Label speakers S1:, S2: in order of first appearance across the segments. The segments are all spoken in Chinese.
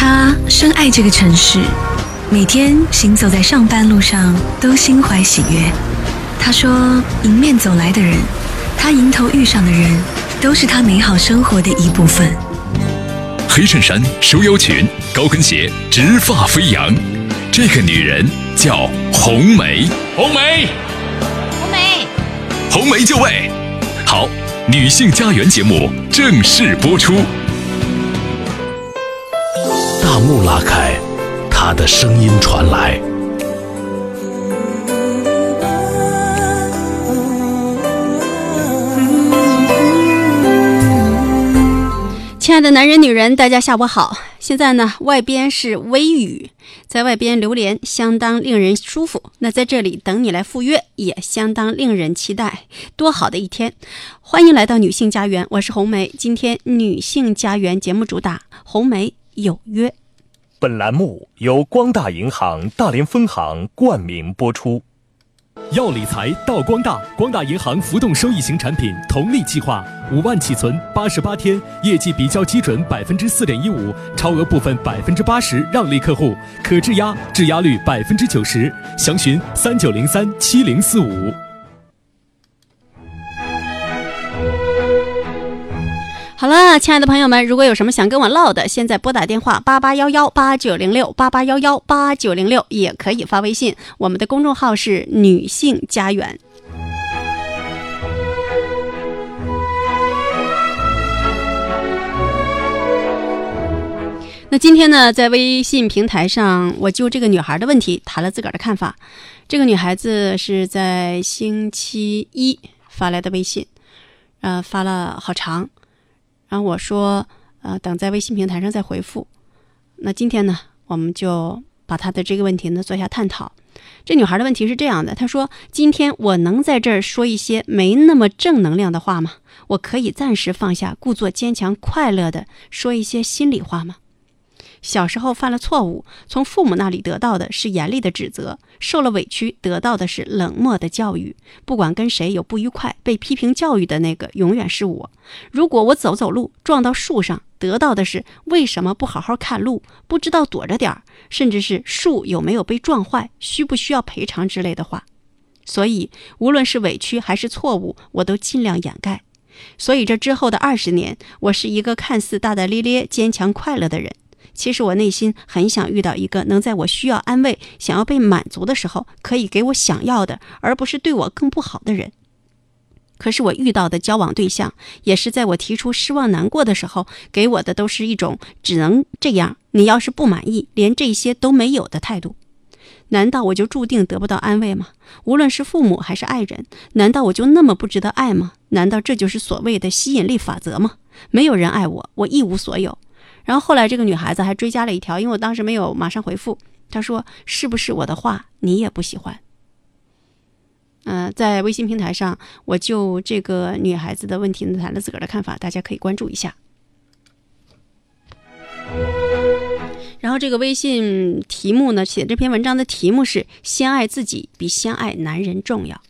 S1: 他深爱这个城市，每天行走在上班路上都心怀喜悦。他说，迎面走来的人，他迎头遇上的人，都是他美好生活的一部分。
S2: 黑衬衫、收腰裙、高跟鞋，直发飞扬。这个女人叫红梅。红梅，
S3: 红梅，
S2: 红梅就位。好，女性家园节目正式播出。
S4: 大幕拉开，她的声音传来。
S3: 亲爱的男人女人，大家下午好。现在呢，外边是微雨，在外边流连相当令人舒服，那在这里等你来赴约也相当令人期待，多好的一天。欢迎来到女性家园，我是红梅。今天女性家园节目主打红梅有约。
S5: 本栏目由光大银行大连分行冠名播出。
S6: 要理财到光大，光大银行浮动收益型产品同利计划，5万起存88天，业绩比较基准4.15%，超额部分80%让利客户，可质押，质押率90%，详询39037045。
S3: 好了，亲爱的朋友们，如果有什么想跟我唠的，现在拨打电话88118906，88118906，也可以发微信，我们的公众号是女性家园。那今天呢，在微信平台上，我就这个女孩的问题谈了自个儿的看法。这个女孩子是在星期一发来的微信，发了好长。然后我说，等在微信平台上再回复。那今天呢，我们就把她的这个问题呢做一下探讨。这女孩的问题是这样的，她说：今天我能在这儿说一些没那么正能量的话吗？我可以暂时放下，故作坚强快乐的说一些心里话吗？小时候犯了错误，从父母那里得到的是严厉的指责，受了委屈得到的是冷漠的教育。不管跟谁有不愉快，被批评教育的那个永远是我。如果我走路撞到树上，得到的是为什么不好好看路，不知道躲着点儿，甚至是树有没有被撞坏，需不需要赔偿之类的话。所以无论是委屈还是错误，我都尽量掩盖。所以这之后的20年，我是一个看似大大咧咧、坚强快乐的人。其实我内心很想遇到一个能在我需要安慰、想要被满足的时候，可以给我想要的，而不是对我更不好的人。可是我遇到的交往对象，也是在我提出失望难过的时候，给我的都是一种只能这样，你要是不满意，连这些都没有的态度。难道我就注定得不到安慰吗？无论是父母还是爱人，难道我就那么不值得爱吗？难道这就是所谓的吸引力法则吗？没有人爱我，我一无所有。然后后来这个女孩子还追加了一条，因为我当时没有马上回复，她说是不是我的话你也不喜欢？在微信平台上，我就这个女孩子的问题呢谈了自个儿的看法，大家可以关注一下。然后这个微信题目呢，写这篇文章的题目是先爱自己比先爱男人重要。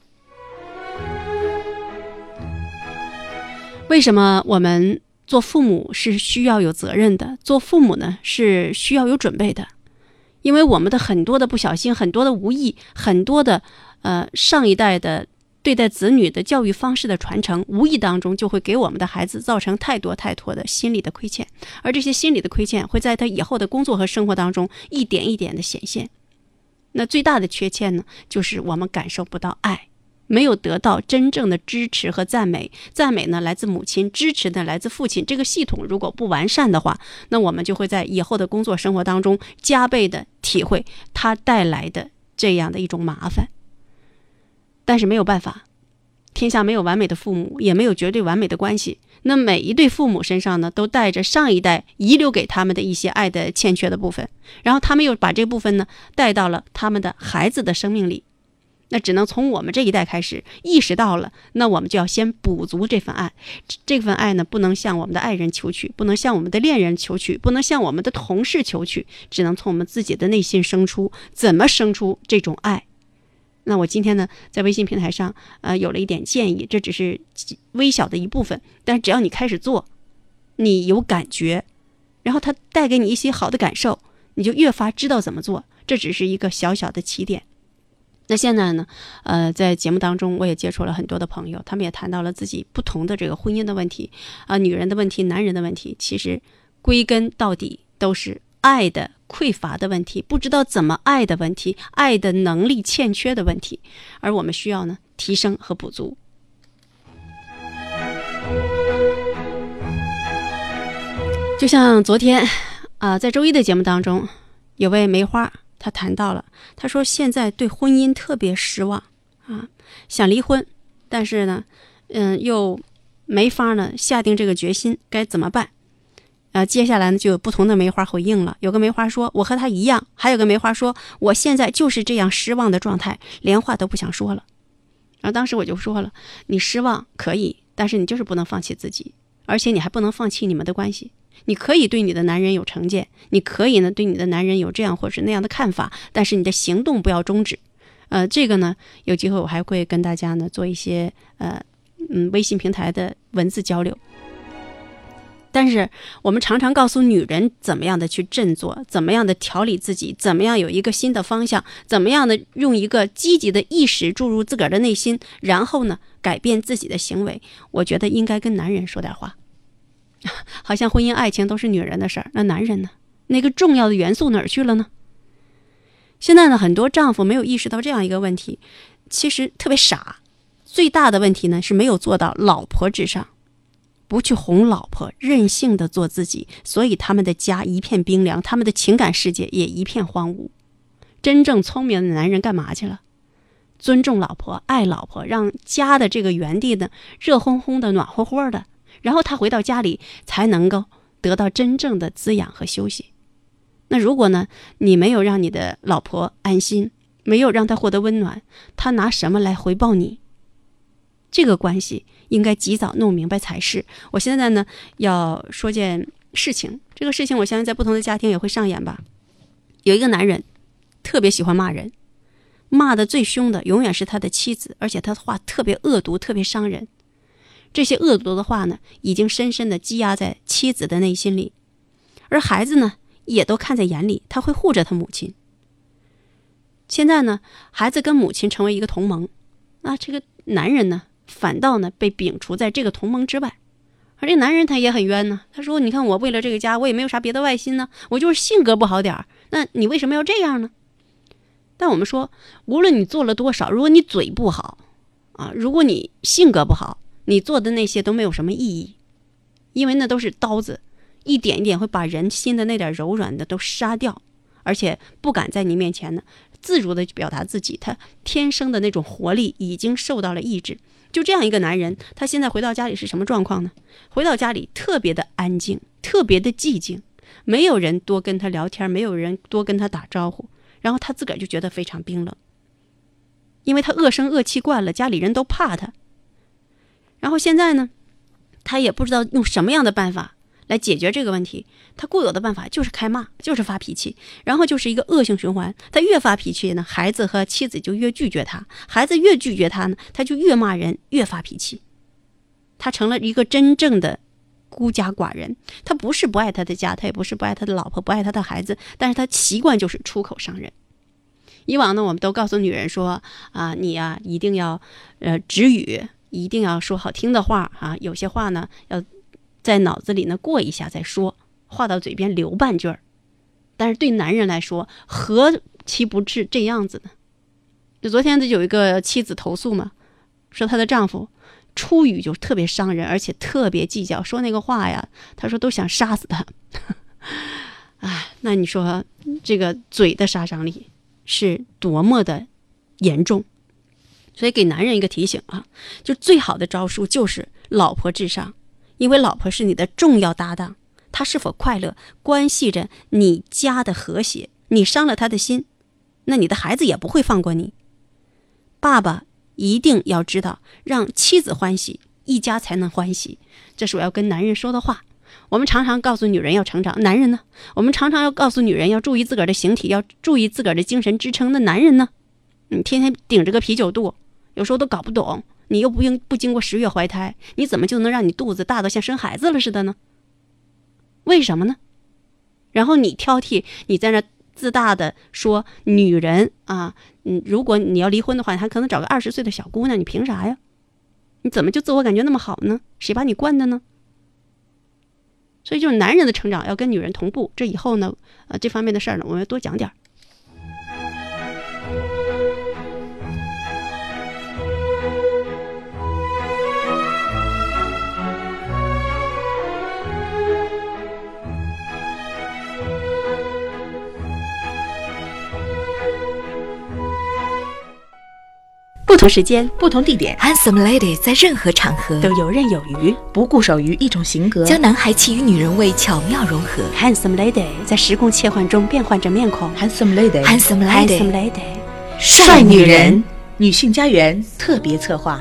S3: 为什么我们做父母是需要有责任的，做父母呢是需要有准备的？因为我们的很多的不小心，很多的无意，很多的上一代的对待子女的教育方式的传承，无意当中就会给我们的孩子造成太多的心理的亏欠，而这些心理的亏欠会在他以后的工作和生活当中一点一点的显现。那最大的缺陷呢，就是我们感受不到爱，没有得到真正的支持和赞美。赞美呢来自母亲，支持呢来自父亲。这个系统如果不完善的话，那我们就会在以后的工作生活当中加倍的体会它带来的这样的一种麻烦。但是没有办法，天下没有完美的父母，也没有绝对完美的关系。那每一对父母身上呢，都带着上一代遗留给他们的一些爱的欠缺的部分，然后他们又把这部分呢带到了他们的孩子的生命里。那只能从我们这一代开始意识到了，那我们就要先补足这份爱。这份爱呢，不能向我们的爱人求取，不能向我们的恋人求取，不能向我们的同事求取，只能从我们自己的内心生出。怎么生出这种爱？那我今天呢，在微信平台上有了一点建议，这只是微小的一部分，但是只要你开始做，你有感觉， 然后他带给你一些好的感受，你就越发知道怎么做。这只是一个小小的起点。那现在呢，在节目当中我也接触了很多的朋友，他们也谈到了自己不同的这个婚姻的问题女人的问题，男人的问题，其实归根到底都是爱的匮乏的问题，不知道怎么爱的问题，爱的能力欠缺的问题，而我们需要呢提升和补足。就像昨天在周一的节目当中，有位梅花他谈到了，他说现在对婚姻特别失望想离婚，但是呢又没法呢下定这个决心，该怎么办？接下来呢就有不同的梅花回应了。有个梅花说我和他一样，还有个梅花说我现在就是这样失望的状态，连话都不想说了。然后当时我就说了，你失望可以，但是你就是不能放弃自己，而且你还不能放弃你们的关系。你可以对你的男人有成见，你可以呢对你的男人有这样或是那样的看法，但是你的行动不要终止。这个呢有机会我还会跟大家呢做一些微信平台的文字交流。但是我们常常告诉女人怎么样的去振作，怎么样的调理自己，怎么样有一个新的方向，怎么样的用一个积极的意识注入自个儿的内心，然后呢改变自己的行为。我觉得应该跟男人说点话。好像婚姻爱情都是女人的事儿，那男人呢？那个重要的元素哪儿去了呢？现在呢很多丈夫没有意识到这样一个问题，其实特别傻。最大的问题呢是没有做到老婆至上，不去哄老婆，任性的做自己，所以他们的家一片冰凉，他们的情感世界也一片荒芜。真正聪明的男人干嘛去了？尊重老婆，爱老婆，让家的这个园地呢热烘烘的，暖和和的，然后他回到家里才能够得到真正的滋养和休息。那如果呢你没有让你的老婆安心，没有让她获得温暖，她拿什么来回报你？这个关系应该及早弄明白才是。我现在呢要说件事情，这个事情我相信在不同的家庭也会上演吧。有一个男人特别喜欢骂人，骂得最凶的永远是他的妻子，而且他的话特别恶毒，特别伤人。这些恶毒的话呢已经深深地积压在妻子的内心里，而孩子呢也都看在眼里，他会护着他母亲。现在呢孩子跟母亲成为一个同盟，这个男人呢反倒呢被摒除在这个同盟之外。而这男人他也很冤呢，他说你看我为了这个家我也没有啥别的外心呢，我就是性格不好点儿，那你为什么要这样呢？但我们说无论你做了多少，如果你嘴不好如果你性格不好，你做的那些都没有什么意义，因为那都是刀子，一点一点会把人心的那点柔软的都杀掉，而且不敢在你面前呢自如的表达自己，他天生的那种活力已经受到了抑制。就这样一个男人，他现在回到家里是什么状况呢？回到家里特别的安静，特别的寂静，没有人多跟他聊天，没有人多跟他打招呼，然后他自个儿就觉得非常冰冷，因为他恶声恶气惯了，家里人都怕他。然后现在呢他也不知道用什么样的办法来解决这个问题，他固有的办法就是开骂，就是发脾气，然后就是一个恶性循环。他越发脾气呢，孩子和妻子就越拒绝他，孩子越拒绝他呢，他就越骂人，越发脾气。他成了一个真正的孤家寡人，他不是不爱他的家，他也不是不爱他的老婆，不爱他的孩子，但是他习惯就是出口伤人。以往呢我们都告诉女人说你一定要止语，一定要说好听的话有些话呢要在脑子里呢过一下再说，话到嘴边留半句儿。但是对男人来说何其不是这样子呢？就昨天就有一个妻子投诉嘛，说她的丈夫出语就特别伤人，而且特别计较，说那个话呀她说都想杀死他那你说这个嘴的杀伤力是多么的严重。所以给男人一个提醒就最好的招数就是老婆至上，因为老婆是你的重要搭档，她是否快乐关系着你家的和谐，你伤了她的心，那你的孩子也不会放过你。爸爸一定要知道，让妻子欢喜，一家才能欢喜，这是我要跟男人说的话。我们常常告诉女人要成长，男人呢？我们常常要告诉女人要注意自个儿的形体，要注意自个儿的精神支撑。那男人呢？你天天顶着个啤酒肚，有时候都搞不懂，你又不经过10月怀胎，你怎么就能让你肚子大到像生孩子了似的呢？为什么呢？ 然后你挑剔，你在那自大的说女人啊，如果你要离婚的话，还可能找个20岁的小姑娘，你凭啥呀？你怎么就自我感觉那么好呢？谁把你惯的呢？所以就是男人的成长要跟女人同步，这以后呢，这方面的事儿呢，我们要多讲点儿。不同时间，
S7: 不同地点，
S1: Handsome Lady 在任何场合
S3: 都游刃有余，
S7: 不固守于一种型格，
S1: 将男孩气与女人味巧妙融合。
S3: Handsome Lady 在时空切换中变换着面孔。
S7: Handsome Lady，
S1: Handsome
S3: Handsome
S1: Lady，
S3: Lady，
S1: 帅女人。
S7: 女性家园特别策划。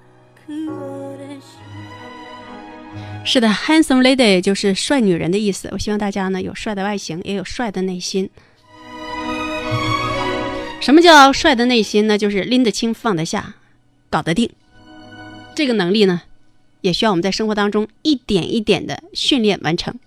S3: 是的 ，Handsome Lady 就是帅女人的意思。我希望大家呢有帅的外形，也有帅的内心。什么叫帅的内心呢？就是拎得清放得下，搞得定。这个能力呢，也需要我们在生活当中一点一点的训练完成。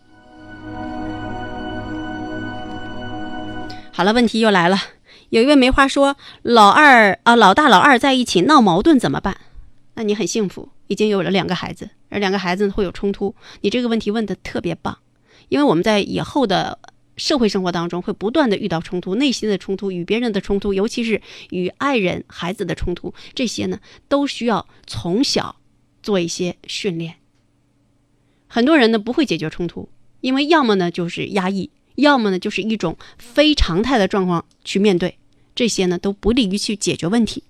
S3: 好了，问题又来了。有一位梅花说，老大老二在一起闹矛盾怎么办？那你很幸福，已经有了2个孩子，而2个孩子会有冲突。你这个问题问得特别棒，因为我们在以后的社会生活当中会不断的遇到冲突，内心的冲突，与别人的冲突，尤其是与爱人、孩子的冲突，这些呢都需要从小做一些训练。很多人呢不会解决冲突，因为要么呢就是压抑，要么呢就是一种非常态的状况去面对，这些呢都不利于去解决问题。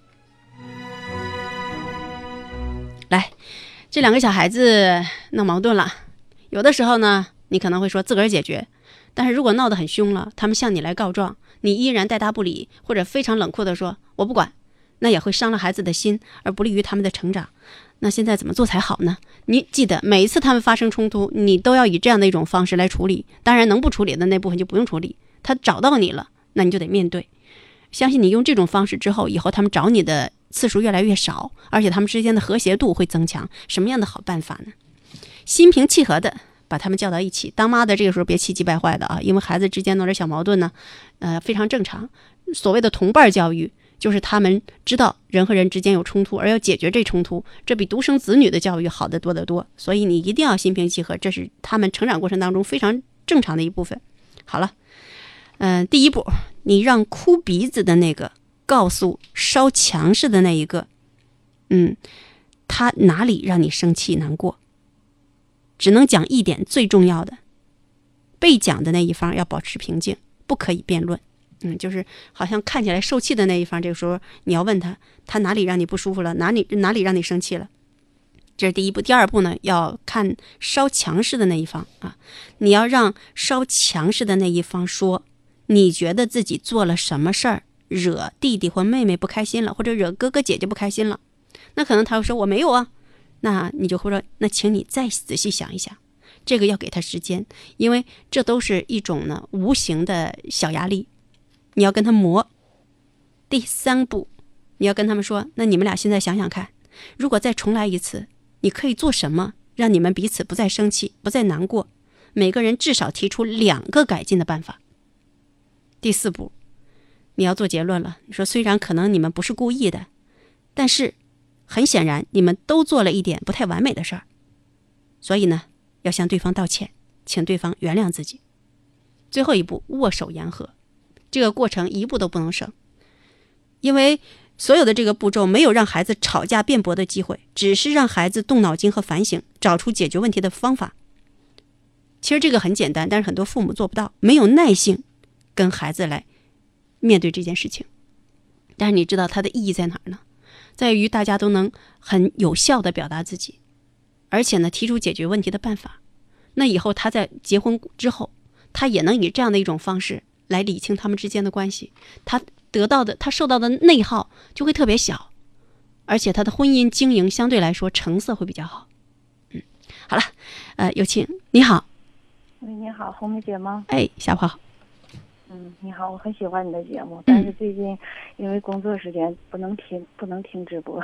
S3: 来，这2个小孩子闹矛盾了，有的时候呢你可能会说自个儿解决，但是如果闹得很凶了，他们向你来告状，你依然带答不理，或者非常冷酷地说我不管，那也会伤了孩子的心，而不利于他们的成长。那现在怎么做才好呢？你记得每一次他们发生冲突，你都要以这样的一种方式来处理，当然能不处理的那部分就不用处理，他找到你了，那你就得面对。相信你用这种方式之后，以后他们找你的次数越来越少，而且他们之间的和谐度会增强。什么样的好办法呢？心平气和的把他们叫到一起。当妈的这个时候别气急败坏的啊，因为孩子之间闹点小矛盾呢，非常正常。所谓的同伴教育，就是他们知道人和人之间有冲突，而要解决这冲突，这比独生子女的教育好得多得多。所以你一定要心平气和，这是他们成长过程当中非常正常的一部分。好了，第一步，你让哭鼻子的那个告诉稍强势的那一个，他哪里让你生气难过，只能讲一点最重要的，被讲的那一方要保持平静，不可以辩论。就是好像看起来受气的那一方，这个时候你要问他哪里让你不舒服了，哪里让你生气了，这是第一步。第二步呢，要看稍强势的那一方啊，你要让稍强势的那一方说，你觉得自己做了什么事儿惹弟弟或妹妹不开心了，或者惹哥哥姐姐不开心了，那可能他会说我没有啊，那你就会说，那请你再仔细想一想。这个要给他时间，因为这都是一种呢无形的小压力，你要跟他磨。第三步，你要跟他们说，那你们俩现在想想看，如果再重来一次，你可以做什么让你们彼此不再生气，不再难过，每个人至少提出2个改进的办法。第四步，你要做结论了，你说虽然可能你们不是故意的，但是很显然你们都做了一点不太完美的事儿，所以呢要向对方道歉，请对方原谅自己。最后一步，握手言和，这个过程一步都不能省，因为所有的这个步骤没有让孩子吵架辩驳的机会，只是让孩子动脑筋和反省，找出解决问题的方法。其实这个很简单，但是很多父母做不到，没有耐性跟孩子来面对这件事情。但是你知道它的意义在哪儿呢？在于大家都能很有效地表达自己，而且呢提出解决问题的办法。那以后他在结婚之后，他也能以这样的一种方式来理清他们之间的关系，他受到的内耗就会特别小，而且他的婚姻经营相对来说成色会比较好。好了，有请。你好。
S8: 喂，你好，红梅姐吗？
S3: 小跑。
S8: 你好，我很喜欢你的节目，但是最近因为工作时间不能听直播。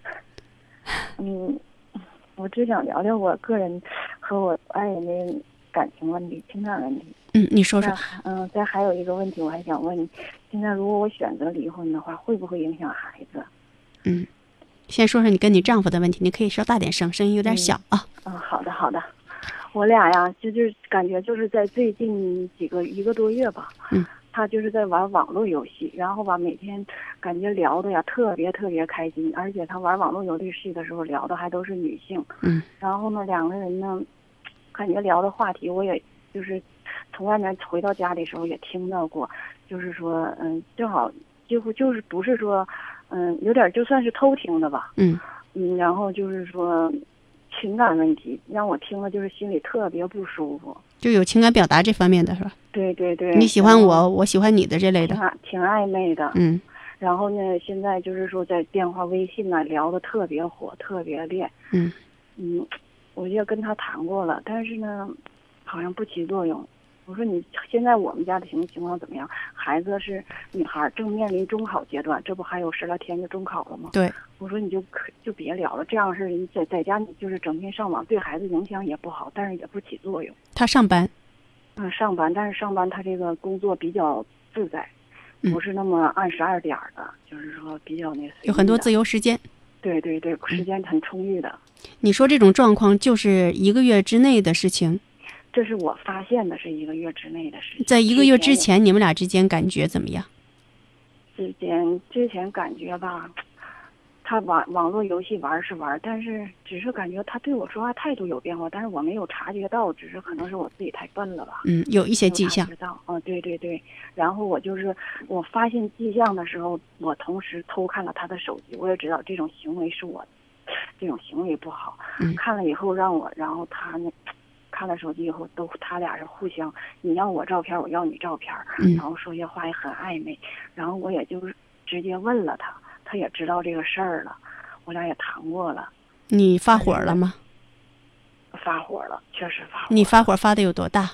S8: 我只想聊聊我个人和我爱人的感情问题、情感问题。
S3: 你说说。
S8: 再还有一个问题，我还想问你，现在如果我选择离婚的话，会不会影响孩子？
S3: 先说说你跟你丈夫的问题，你可以说大点声，声音有点小啊。
S8: 好的好的。我俩呀，就是感觉就是在最近一个多月吧，他就是在玩网络游戏，然后吧每天感觉聊的呀特别特别开心，而且他玩网络游戏的时候聊的还都是女性，然后呢两个人呢，感觉聊的话题我也就是从外面回到家里的时候也听到过，就是说正好几乎就是不是说有点就算是偷听的吧，然后就是说情感问题让我听了就是心里特别不舒服，
S3: 就有情感表达这方面的是吧？
S8: 对对对，
S3: 你喜欢我，我喜欢你的这类的，
S8: 挺暧昧的。然后呢，现在就是说在电话、微信呢聊得特别火，特别烈。我也跟他谈过了，但是呢，好像不起作用。我说你现在我们家的情况怎么样？孩子是女孩，正面临中考阶段，这不还有10来天就中考了吗？
S3: 对。
S8: 我说你就别聊了，这样式你在家你就是整天上网，对孩子影响也不好，但是也不起作用。
S3: 他上班。
S8: 上班，但是上班他这个工作比较自在，不是那么按时按点的，就是说比较
S3: 有很多自由时间。
S8: 对对对，时间很充裕的。
S3: 你说这种状况就是1个月之内的事情？
S8: 这是我发现的，是1个月之内的事情。
S3: 在1个月之前，你们俩之间感觉怎么样？
S8: 之前感觉吧，他网络游戏玩是玩，但是只是感觉他对我说话态度有变化，但是我没有察觉到，只是可能是我自己太笨了吧。
S3: 有一些迹象。
S8: 对对对。然后我发现迹象的时候，我同时偷看了他的手机，我也知道这种行为是我这种行为不好。看了以后然后他看了手机以后，他俩是互相，你要我照片，我要你照片，然后说些话也很暧昧，然后我也就直接问了他，他也知道这个事儿了，我俩也谈过了。
S3: 你发火了吗？
S8: 发火了，确实发火了。
S3: 你发火发的有多大？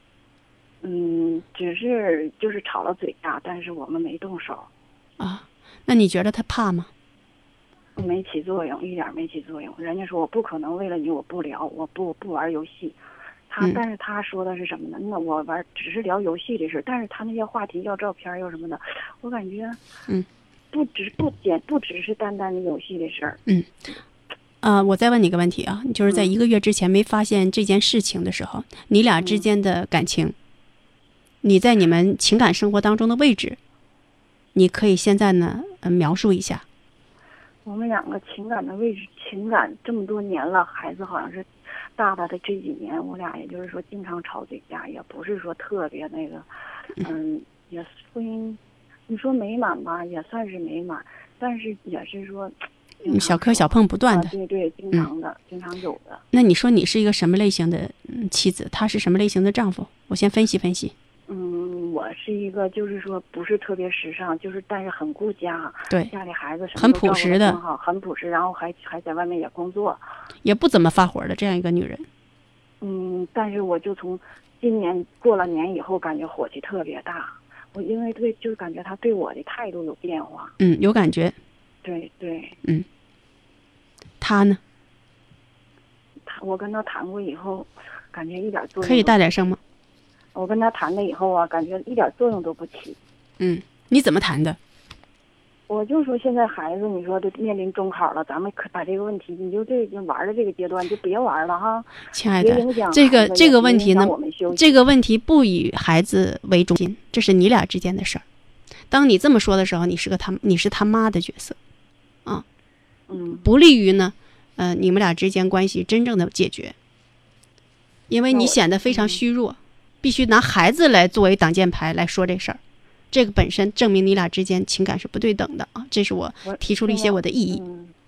S8: 只是就是吵了嘴架，但是我们没动手。
S3: 那你觉得他怕吗？
S8: 没起作用，一点没起作用。人家说我不可能为了你我不聊，我不玩游戏。但是他说的是什么呢？那我只是聊游戏的事，但是他那些话题要照片要什么的，我感觉不只是单单的游戏的事儿。
S3: 我再问你个问题啊，就是在1个月之前没发现这件事情的时候，你俩之间的感情，你在你们情感生活当中的位置，你可以现在呢描述一下。
S8: 我们两个情感的位置，这么多年了，孩子好像是大的这几年，我俩也就是说经常吵嘴架，也不是说特别那个，也婚姻，你说美满吧，也算是美满，但是也是说
S3: 小磕小碰不断的。
S8: 对对，经常有的。
S3: 那你说你是一个什么类型的妻子？他是什么类型的丈夫？我先分析分析。
S8: 我是一个就是说不是特别时尚，但是很顾家，
S3: 对，
S8: 家里孩子什么
S3: 很朴实的，
S8: 很朴实，然后还在外面也工作，
S3: 也不怎么发火的这样一个女人。
S8: 但是我就从今年过了年以后，感觉火气特别大。我因为就是感觉他对我的态度有变化。
S3: 有感觉。
S8: 对对。
S3: 他呢？
S8: 我跟他谈过以后，感觉一点作用。
S3: 可以大点声吗？
S8: 我跟他谈了以后啊，感觉一点作用都不起。
S3: 你怎么谈的？
S8: 我就说现在孩子，你说都面临中考了，咱们可把这个问题，你就玩的这个阶段就别玩了哈。
S3: 亲爱的，这个问题呢，这个问题不以孩子为中心，这是你俩之间的事儿。当你这么说的时候，你是他妈的角色，不利于呢，你们俩之间关系真正的解决，因为你显得非常虚弱。必须拿孩子来作为挡箭牌来说这事儿，这个本身证明你俩之间情感是不对等的啊！这是我提出了一些我的异议。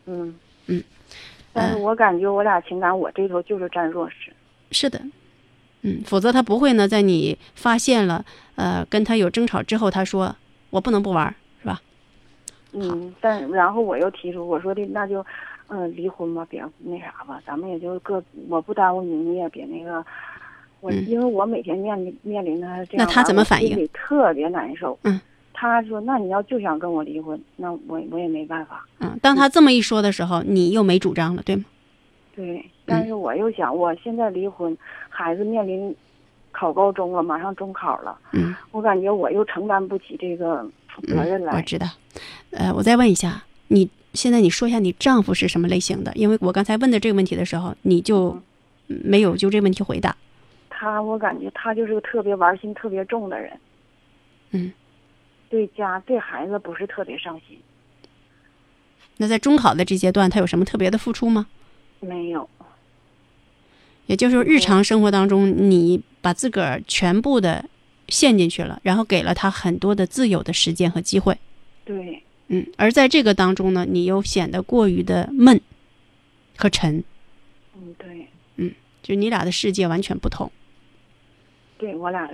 S8: 但是我感觉我俩情感，我这头就是占弱势。
S3: 是的，否则他不会呢，在你发现了跟他有争吵之后，他说我不能不玩，是吧？
S8: 然后我又提出，我说的那就离婚吧，别那啥吧，咱们也就我不耽误你，你也别那个。因为我每天面临的这样，
S3: 那他怎么反应？
S8: 心里特别难受。他说：“那你要就想跟我离婚，那我也没办法。”
S3: 当他这么一说的时候，你又没主张了，对吗？
S8: 对，但是我又想，我现在离婚，孩子面临考高中了，马上中考了。我感觉我又承担不起这个责任来。
S3: 我知道。我再问一下，你现在你说一下你丈夫是什么类型的？因为我刚才问的这个问题的时候，你就没有就这个问题回答。
S8: 我感觉他就是个特别玩心特别重的人。对家对孩子不是特别上心。
S3: 那在中考的这阶段，他有什么特别的付出吗？
S8: 没有。
S3: 也就是说，日常生活当中，你把自个儿全部的陷进去了，然后给了他很多的自由的时间和机会。
S8: 对。
S3: 而在这个当中呢，你又显得过于的闷和沉。
S8: 对。
S3: 就你俩的世界完全不同。
S8: 对，我俩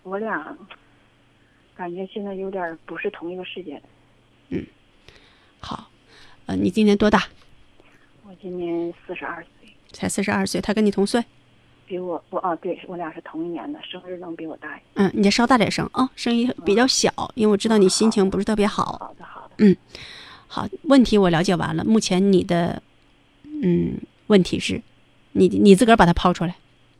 S8: 感觉现在有点不是同一个世界的。
S3: 好。你今年多大？
S8: 我今年42岁。
S3: 才42岁，他跟你同岁？
S8: 比我对，我俩是同一年的，生日能比我大一
S3: 点。你再稍大点声啊，声音比较小，因为我知道你心情不是特别好。
S8: 好的。
S3: 好，问题我了解完了。目前你的问题是，你自个儿把它抛出来。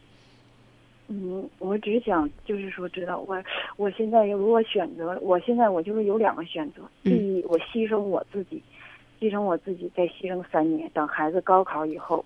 S8: 我只想就是说知道我现在如果选择，我现在我就是有2个选择。第一，我牺牲我自己，再牺牲3年，等孩子高考以后，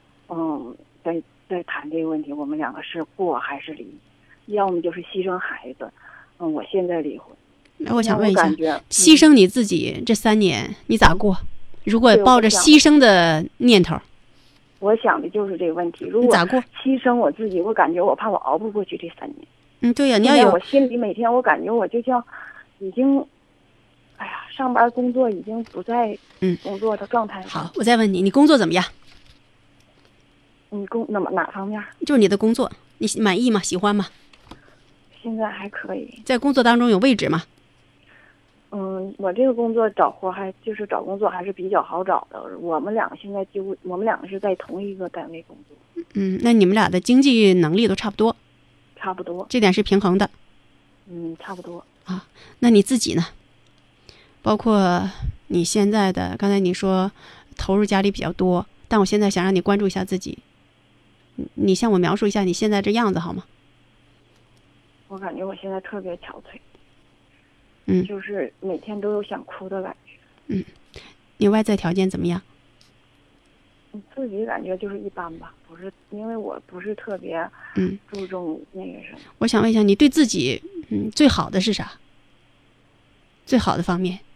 S8: 再谈这个问题，我们2个是过还是离？要么就是牺牲孩子，我现在离婚。
S3: 那我想问一下，牺牲你自己这3年你咋过？如果抱着牺牲的念头，
S8: 我想的就是这个问题。如果
S3: 咋过？
S8: 牺牲我自己，我感觉我怕我熬不过去这3年。
S3: 对呀，你要有。
S8: 我心里每天我感觉我就像已经，上班工作已经不在工作的状态。
S3: 好，我再问你，你工作怎么样？
S8: 哪方面？
S3: 就是你的工作，你满意吗？喜欢吗？
S8: 现在还可以。
S3: 在工作当中有位置吗？
S8: 我这个工作找工作还是比较好找的。我们2个现在我们2个是在同一个单位工作。
S3: 那你们俩的经济能力都差不多？
S8: 差不多。
S3: 这点是平衡的。
S8: 差不多。
S3: 那你自己呢？包括你现在的，刚才你说投入家里比较多，但我现在想让你关注一下自己。你向我描述一下你现在这样子好吗？
S8: 我感觉我现在特别憔悴。就是每天都有想哭的感觉。
S3: 你外在条件怎么样？
S8: 自己感觉就是一般吧，不是因为我不是特别注重那个什么。
S3: 我想问一下，你对自己最好的是啥？最好的方面？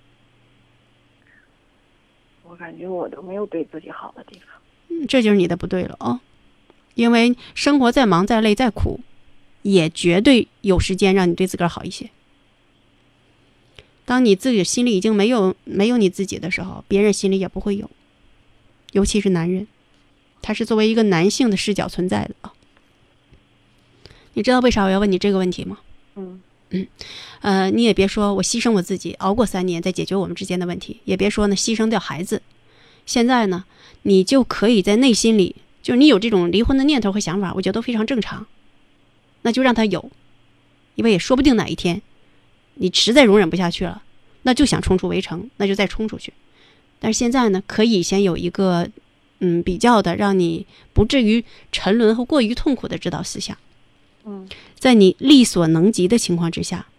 S8: 我感觉我都没有对自己好的地方。
S3: 这就是你的不对了哦，因为生活再忙再累再苦，也绝对有时间让你对自个儿好一些。当你自己心里已经没有你自己的时候，别人心里也不会有，尤其是男人，他是作为一个男性的视角存在的啊。你知道为啥我要问你这个问题吗？你也别说我牺牲我自己熬过3年再解决我们之间的问题，也别说呢牺牲掉孩子。现在呢，你就可以在内心里，就是你有这种离婚的念头和想法，我觉得都非常正常，那就让他有，因为也说不定哪一天你实在容忍不下去了，那就想冲出围城，那就再冲出去。但是现在呢，可以先有一个比较的，让你不至于沉沦和过于痛苦的指导思想。在你力所能及的情况之下，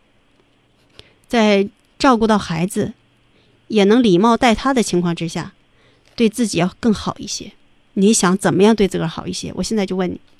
S3: 在照顾到孩子也能礼貌待他的情况之下，对自己要更好一些。你想怎么样对自个儿好一些？我现在就问你。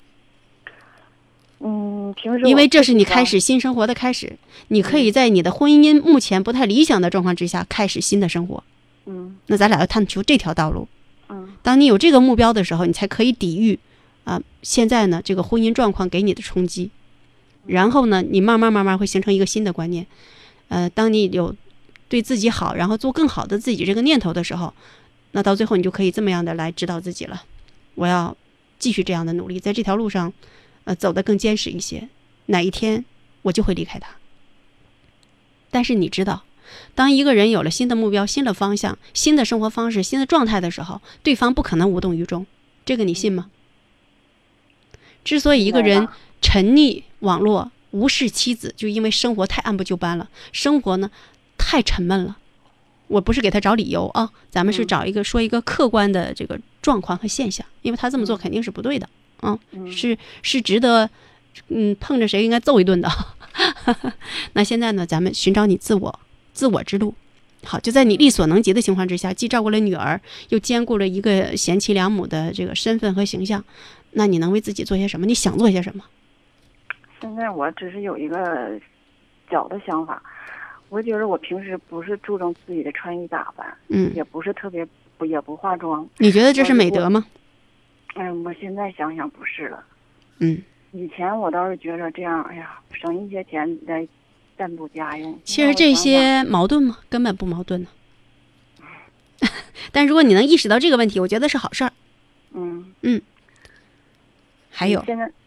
S8: 平时
S3: 因为这是你开始新生活的开始，你可以在你的婚姻目前不太理想的状况之下开始新的生活。那咱俩要探求这条道路。当你有这个目标的时候，你才可以抵御现在呢这个婚姻状况给你的冲击。然后呢，你慢慢会形成一个新的观念。当你有对自己好，然后做更好的自己这个念头的时候，那到最后你就可以这么样的来指导自己了。我要继续这样的努力，在这条路上走得更坚实一些，哪一天我就会离开他。但是你知道，当一个人有了新的目标、新的方向、新的生活方式、新的状态的时候，对方不可能无动于衷，这个你信吗？之所以一个人沉溺网络、无视妻子，就因为生活太按部就班了，生活呢太沉闷了。我不是给他找理由啊，咱们是说一个客观的这个状况和现象，因为他这么做肯定是不对的。是值得碰着谁应该揍一顿的。那现在呢，咱们寻找你自我之路。好，就在你力所能及的情况之下，既照顾了女儿，又兼顾了一个贤妻良母的这个身份和形象，那你能为自己做些什么？你想做些什么？
S8: 现在我只是有一个小的想法，我觉得我平时不是注重自己的穿衣打扮，也不是特别也不化妆。
S3: 你觉得这是美德吗？
S8: 我现在想想不是了。以前我倒是觉得这样，哎呀，省一些钱来暂补家用。
S3: 其实这些矛盾吗？根本不矛盾呢。但如果你能意识到这个问题，我觉得是好事儿。还有
S8: 现在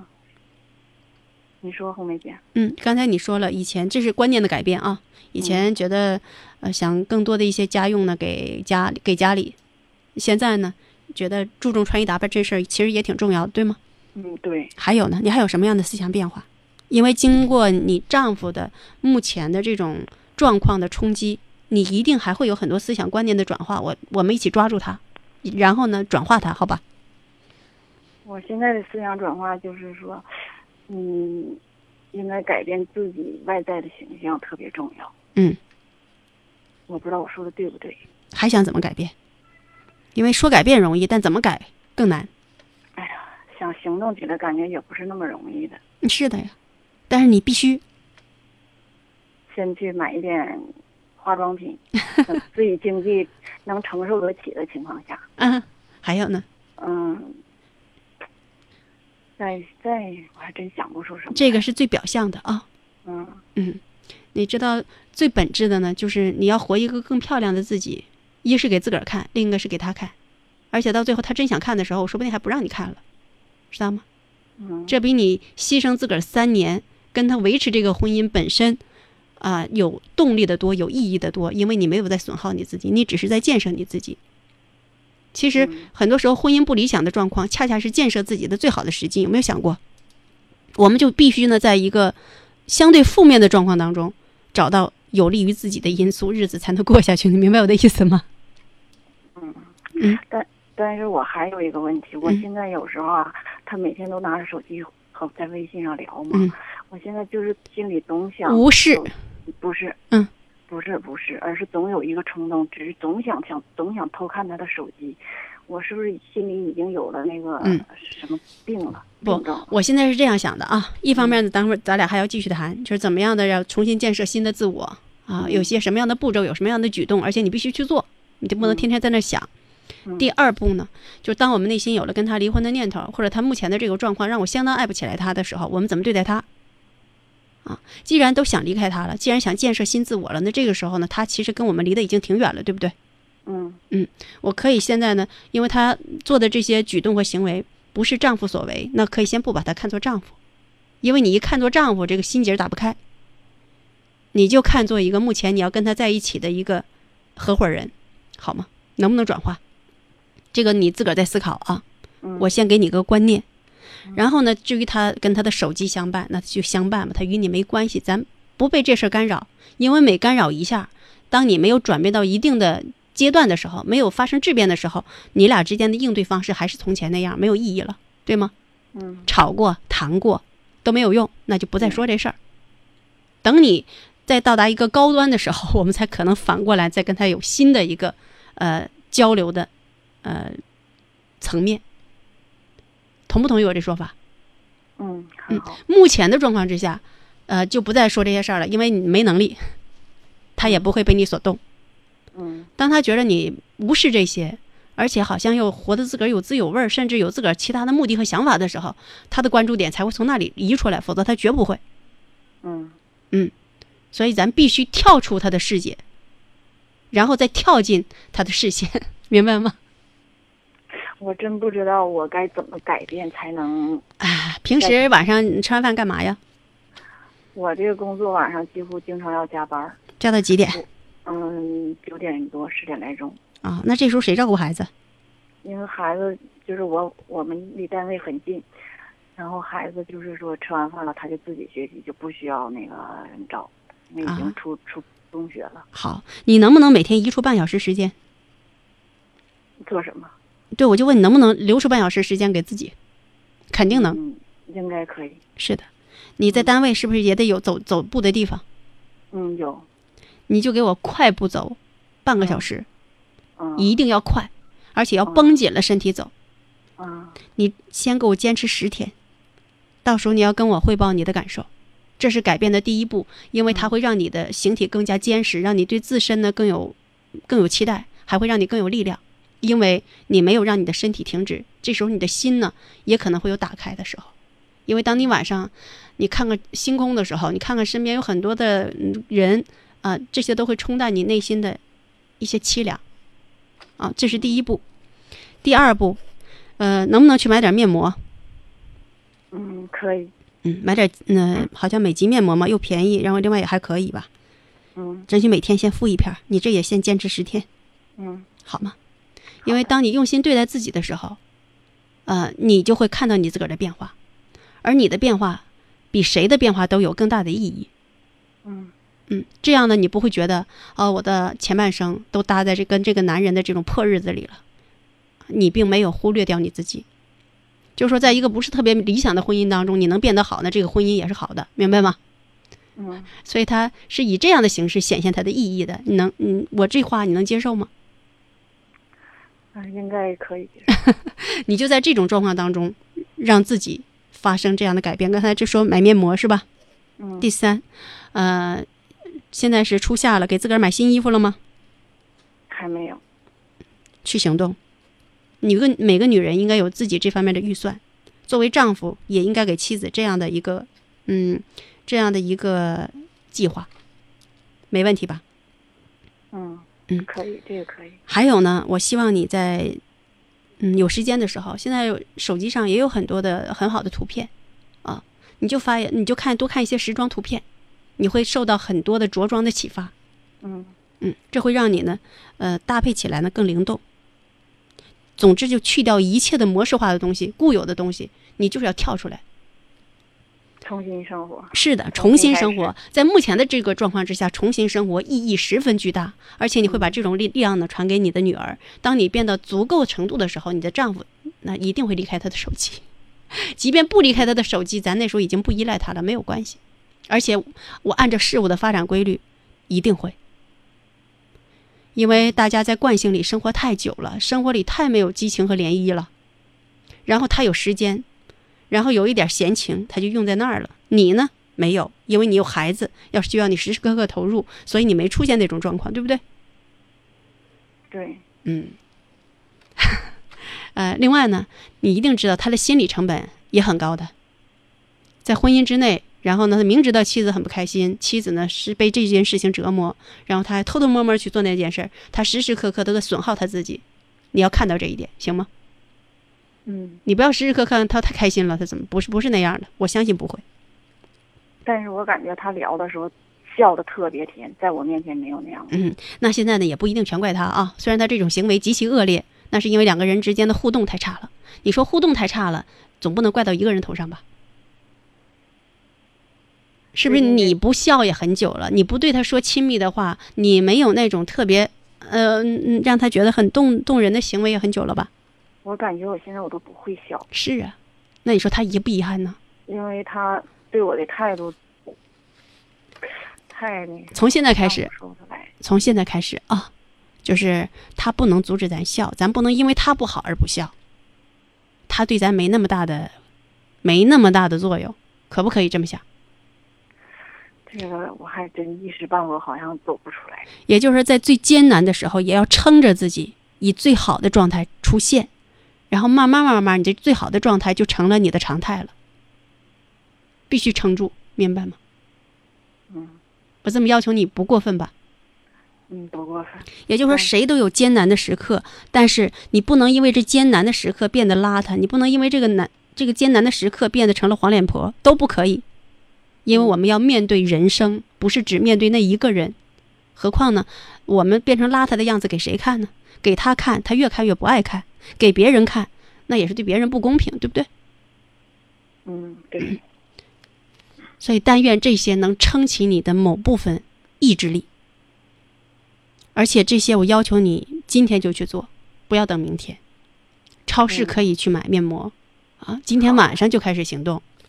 S8: 你说红梅姐。
S3: 刚才你说了，以前这是观念的改变啊。以前觉得想更多的一些家用呢给家里，现在呢觉得注重穿衣打扮这事儿其实也挺重要的，对吗？
S8: 对。
S3: 还有呢，你还有什么样的思想变化？因为经过你丈夫的目前的这种状况的冲击，你一定还会有很多思想观念的转化。我们一起抓住它，然后呢转化它，好吧？
S8: 我现在的思想转化就是说，应该改变自己外在的形象特别重要。我不知道我说的对不对。
S3: 还想怎么改变？因为说改变容易，但怎么改更难。
S8: 哎呀，想行动起来感觉也不是那么容易的。
S3: 是的呀，但是你必须
S8: 先去买一点化妆品，自己经济能承受得起的情况下。
S3: 还有呢？
S8: 我还真想不出什么。
S3: 这个是最表象的啊。你知道最本质的呢，就是你要活一个更漂亮的自己，一是给自个儿看，另一个是给他看，而且到最后他真想看的时候，说不定还不让你看了，知道吗？这比你牺牲自个儿3年跟他维持这个婚姻本身有动力的多，有意义的多，因为你没有在损耗你自己，你只是在建设你自己。其实很多时候婚姻不理想的状况，恰恰是建设自己的最好的时机。有没有想过，我们就必须呢，在一个相对负面的状况当中，找到有利于自己的因素，日子才能过下去。你明白我的意思吗？
S8: 但是我还有一个问题，我现在有时候他每天都拿着手机和在微信上聊嘛，我现在就是心里总想
S3: 无视，
S8: 不是，不是，而是总有一个冲动，只是总想偷看他的手机。我是不是心里已经有了那个什么病了？
S3: 不，我现在是这样想的啊。一方面呢，等会儿咱俩还要继续谈，就是怎么样的要重新建设新的自我有些什么样的步骤，有什么样的举动，而且你必须去做，你就不能天天在那想。第二步呢，就是当我们内心有了跟他离婚的念头，或者他目前的这个状况让我相当爱不起来他的时候，我们怎么对待他？既然都想离开他了，既然想建设新自我了，那这个时候呢，他其实跟我们离得已经挺远了，对不对？我可以现在呢，因为他做的这些举动和行为不是丈夫所为，那可以先不把他看作丈夫，因为你一看作丈夫，这个心结打不开，你就看作一个目前你要跟他在一起的一个合伙人，好吗？能不能转化？这个你自个儿在思考啊。我先给你个观念，然后呢，至于他跟他的手机相伴，那就相伴吧，他与你没关系，咱不被这事干扰，因为每干扰一下，当你没有转变到一定的阶段的时候，没有发生质变的时候，你俩之间的应对方式还是从前那样，没有意义了，对吗？吵过谈过都没有用，那就不再说这事儿。等你再到达一个高端的时候，我们才可能反过来再跟他有新的一个交流的层面。同不同意我这说法？
S8: 很好。
S3: 目前的状况之下，就不再说这些事儿了，因为你没能力，他也不会被你所动。当他觉得你无视这些，而且好像又活得自个儿有滋有味，甚至有自个儿其他的目的和想法的时候，他的关注点才会从那里移出来，否则他绝不会。所以咱必须跳出他的世界，然后再跳进他的视线，明白吗？
S8: 我真不知道我该怎么改变才能。
S3: 平时晚上你吃完饭干嘛呀？
S8: 我这个工作晚上几乎经常要加班。
S3: 加到几点
S8: ？9点多10点来钟。
S3: 那这时候谁照顾孩子？
S8: 因为孩子就是我们离单位很近，然后孩子就是说吃完饭了他就自己学习，就不需要那个人照，因为已经出中学了。
S3: 好，你能不能每天移出半小时时间？
S8: 做什么？
S3: 对，我就问你能不能留出半小时时间给自己？肯定能。
S8: 应该可以。
S3: 是的，你在单位是不是也得有走步的地方？
S8: 有。
S3: 你就给我快步走半个小时，一定要快，而且要绷紧了身体走。你先给我坚持10天，到时候你要跟我汇报你的感受，这是改变的第一步，因为它会让你的形体更加坚实，让你对自身呢更有期待，还会让你更有力量，因为你没有让你的身体停止，这时候你的心呢也可能会有打开的时候。因为当你晚上你看看星空的时候，你看看身边有很多的人这些都会冲淡你内心的一些凄凉这是第一步。第二步能不能去买点面膜？
S8: 可以。
S3: 买点好像美极面膜嘛，又便宜，然后另外也还可以吧。争取每天先敷1片，你这也先坚持10天。好吗？因为当你用心对待自己的时候你就会看到你自个儿的变化，而你的变化比谁的变化都有更大的意义。这样呢，你不会觉得我的前半生都搭在跟这个男人的这种破日子里了，你并没有忽略掉你自己。就是说在一个不是特别理想的婚姻当中，你能变得好呢，这个婚姻也是好的，明白吗？所以它是以这样的形式显现它的意义的。我这话你能接受吗？
S8: 应该可以。
S3: 你就在这种状况当中让自己发生这样的改变。刚才就说买面膜是吧？第三现在是初夏了，给自个儿买新衣服了吗？
S8: 还没有。
S3: 去行动。每个女人应该有自己这方面的预算，作为丈夫也应该给妻子这样的一个计划，没问题吧？
S8: 可以，这个可以。
S3: 还有呢，我希望你在有时间的时候，现在手机上也有很多的很好的图片你就多看一些时装图片，你会受到很多的着装的启发。这会让你呢搭配起来呢更灵动。总之就去掉一切的模式化的东西，固有的东西，你就是要跳出来，
S8: 重新生活。
S3: 是的，重新生活，在目前的这个状况之下，重新生活意义十分巨大，而且你会把这种力量呢传给你的女儿。当你变到足够程度的时候，你的丈夫那一定会离开他的手机，即便不离开他的手机，咱那时候已经不依赖他了，没有关系。而且我按照事物的发展规律，一定会。因为大家在惯性里生活太久了，生活里太没有激情和涟漪了，然后他有时间，然后有一点闲情，他就用在那儿了。你呢没有，因为你有孩子，要需要你时时刻刻投入，所以你没出现那种状况，对不对？
S8: 对。
S3: 另外呢，你一定知道他的心理成本也很高的，在婚姻之内，然后呢，他明知道妻子很不开心，妻子呢是被这件事情折磨，然后他还偷偷摸摸去做那件事，他时时刻刻都在损耗他自己。你要看到这一点，行吗？你不要时时刻刻他太开心了，他怎么不是那样的？我相信不会。
S8: 但是我感觉他聊的时候笑得特别甜，在我面前没有那样的。
S3: 那现在呢也不一定全怪他啊，虽然他这种行为极其恶劣，那是因为两个人之间的互动太差了。你说互动太差了，总不能怪到一个人头上吧？是不是你不笑也很久了，你不对他说亲密的话，你没有那种特别让他觉得很动人的行为也很久了吧？
S8: 我感觉我现在我都不会笑。
S3: 是啊，那你说他遗不遗憾呢？
S8: 因为他对我的态度太那个。
S3: 从现在开始就是他不能阻止咱笑，咱不能因为他不好而不笑，他对咱没那么大的作用，可不可以这么想？
S8: 这个我还真一时半会好像走不出来。
S3: 也就是在最艰难的时候，也要撑着自己，以最好的状态出现，然后慢慢，你这最好的状态就成了你的常态了。必须撑住，明白吗？我这么要求你不过分吧？
S8: 不过分。
S3: 也就是说，谁都有艰难的时刻，但是你不能因为这艰难的时刻变得邋遢，你不能因为这个艰难的时刻变得成了黄脸婆，都不可以。因为我们要面对人生，不是只面对那一个人。何况呢，我们变成邋遢的样子给谁看呢？给他看，他越看越不爱看；给别人看，那也是对别人不公平，对不对？
S8: 对。
S3: 所以但愿这些能撑起你的某部分意志力。而且这些我要求你今天就去做，不要等明天。超市可以去买面膜今天晚上就开始行动。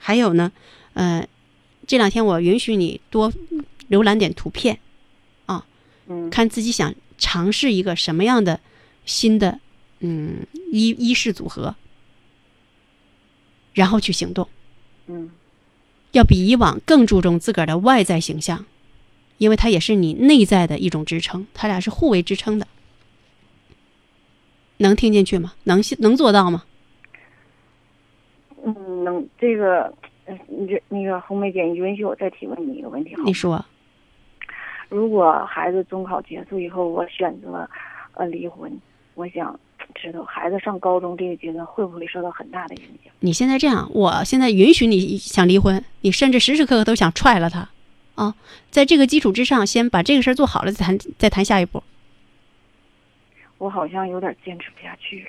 S3: 还有呢，这2天我允许你多浏览点图片啊，看自己想尝试一个什么样的新的衣饰组合，然后去行动。要比以往更注重自个儿的外在形象，因为它也是你内在的一种支撑，它俩是互为支撑的。能听进去吗？能做到吗？
S8: 能。这个，那个红梅姐，你允许我再提问你一个问题好吗？
S3: 你说。
S8: 如果孩子中考结束以后，我选择离婚，我想知道孩子上高中这个阶段会不会受到很大的影响？
S3: 你现在这样，我现在允许你想离婚，你甚至时时刻刻都想踹了他啊！在这个基础之上，先把这个事儿做好了，再谈下一步。
S8: 我好像有点坚持不下去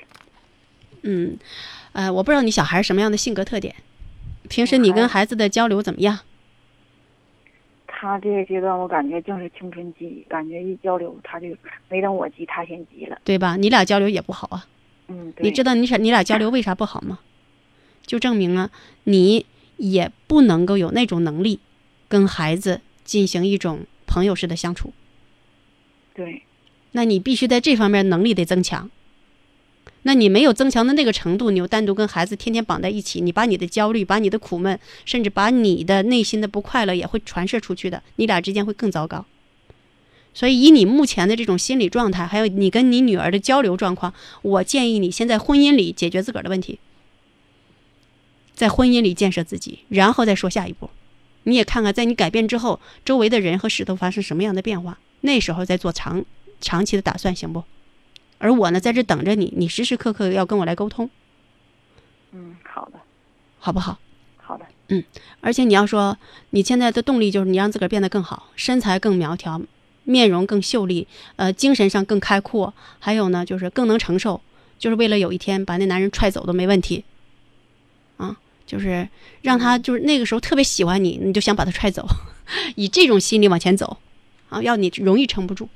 S3: 了。我不知道你小孩什么样的性格特点，平时你跟孩子的交流怎么样？
S8: 他这个阶段我感觉正是青春期，感觉一交流他就没等我急他先急了，
S3: 对吧？你俩交流也不好啊。
S8: 对。
S3: 你知道你俩交流为啥不好吗？就证明啊，你也不能够有那种能力跟孩子进行一种朋友式的相处。
S8: 对。
S3: 那你必须在这方面能力得增强。那你没有增强的那个程度，你又单独跟孩子天天绑在一起，你把你的焦虑，把你的苦闷，甚至把你的内心的不快乐也会传射出去的，你俩之间会更糟糕。所以以你目前的这种心理状态，还有你跟你女儿的交流状况，我建议你先在婚姻里解决自个儿的问题，在婚姻里建设自己，然后再说下一步。你也看看在你改变之后，周围的人和事都发生什么样的变化，那时候再做长期的打算，行不？而我呢，在这等着你，你时时刻刻要跟我来沟通。
S8: 好的。
S3: 好不好？
S8: 好的。
S3: 而且你要说，你现在的动力就是你让自个儿变得更好，身材更苗条，面容更秀丽，精神上更开阔，还有呢，就是更能承受，就是为了有一天把那男人踹走都没问题。就是让他就是那个时候特别喜欢你，你就想把他踹走，以这种心理往前走，要你容易撑不住。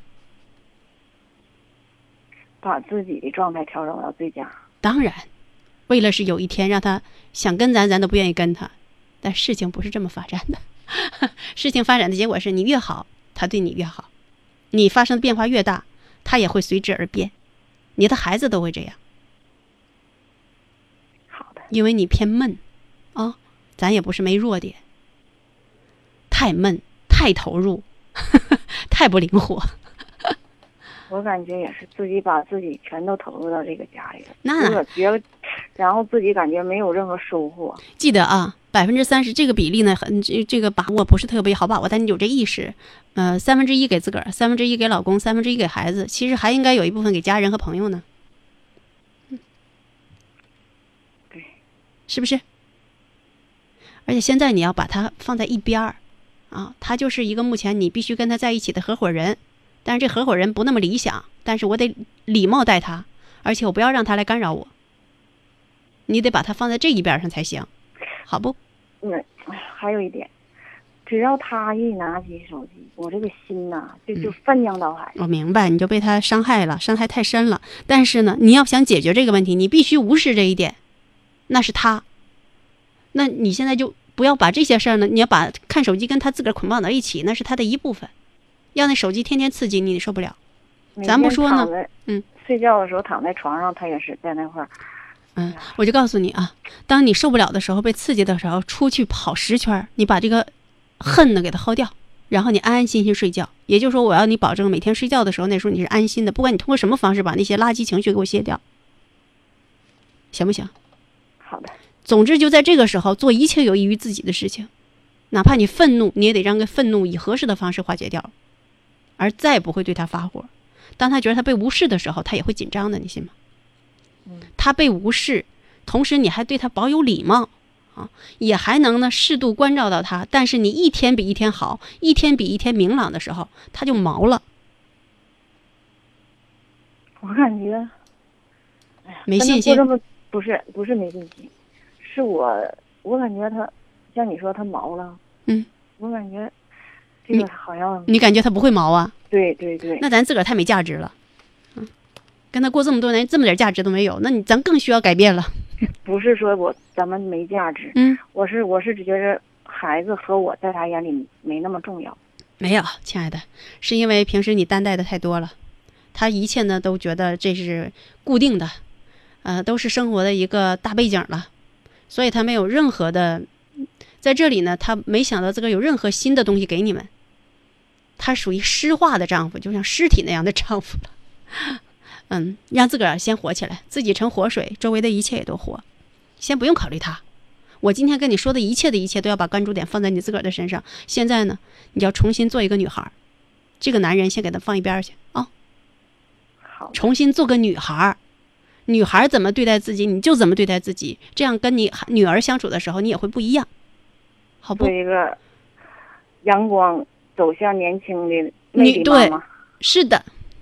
S8: 把自己的状态调整到最佳。
S3: 当然，为了是有一天让他想跟咱都不愿意跟他，但事情不是这么发展的。事情发展的结果是你越好，他对你越好，你发生的变化越大，他也会随之而变，你的孩子都会这样。
S8: 好的。
S3: 因为你偏闷咱也不是没弱点，太闷，太投入，太不灵活。
S8: 我感觉也是自己把自己全都投入到这个家里了，
S3: 那
S8: 觉得，然后自己感觉没有任何收获。
S3: 记得啊，30%这个比例呢，这个把握不是特别好把握，但你有这意识，1/3给自个儿，1/3给老公，1/3给孩子，其实还应该有一部分给家人和朋友呢。
S8: 对，
S3: 是不是？而且现在你要把它放在一边儿他就是一个目前你必须跟他在一起的合伙人。但是这合伙人不那么理想，但是我得礼貌待他，而且我不要让他来干扰我。你得把他放在这一边上才行，好不？
S8: 还有一点，只要他一拿起手机，我这个心呐就翻江倒海。
S3: 我明白，你就被他伤害了，伤害太深了。但是呢，你要想解决这个问题，你必须无视这一点，那是他。那你现在就不要把这些事儿呢，你要把看手机跟他自个儿捆绑到一起，那是他的一部分。要那手机天天刺激你，你受不了。咱不说呢，
S8: 睡觉的时候躺在床上，他也是在那块儿。
S3: 我就告诉你啊，当你受不了的时候，被刺激的时候，出去跑10圈，你把这个恨呢给它薅掉，然后你安安心心睡觉。也就是说，我要你保证每天睡觉的时候，那时候你是安心的，不管你通过什么方式把那些垃圾情绪给我卸掉，行不行？
S8: 好的。
S3: 总之就在这个时候做一切有益于自己的事情，哪怕你愤怒，你也得让个愤怒以合适的方式化解掉。而再不会对他发火。当他觉得他被无视的时候，他也会紧张的，你信吗？他被无视，同时你还对他保有礼貌也还能呢适度关照到他。但是你一天比一天好，一天比一天明朗的时候，他就毛了。
S8: 我感觉，
S3: 没信心。
S8: 不是没信心，是我感觉他像你说他毛了。我感觉。这个好像
S3: 你感觉他不会毛啊？
S8: 对。
S3: 那咱自个儿太没价值了，跟他过这么多年，这么点价值都没有，那咱更需要改变了。
S8: 不是说咱们没价值，我是只觉得孩子和我在他眼里没那么重要。
S3: 没有，亲爱的，是因为平时你担待的太多了，他一切呢都觉得这是固定的，都是生活的一个大背景了，所以他没有任何的，在这里呢，他没想到这个有任何新的东西给你们，他属于尸化的丈夫，就像尸体那样的丈夫了。让自个儿先活起来，自己成活水，周围的一切也都活，先不用考虑他。我今天跟你说的一切都要把关注点放在你自个儿的身上。现在呢，你要重新做一个女孩，这个男人先给他放一边去啊。
S8: 好，
S3: 重新做个女孩，女孩怎么对待自己，你就怎么对待自己，这样跟你女儿相处的时候，你也会不一样，好不？
S8: 做一个阳光走向年轻的魅力妈妈。
S3: 对，是的。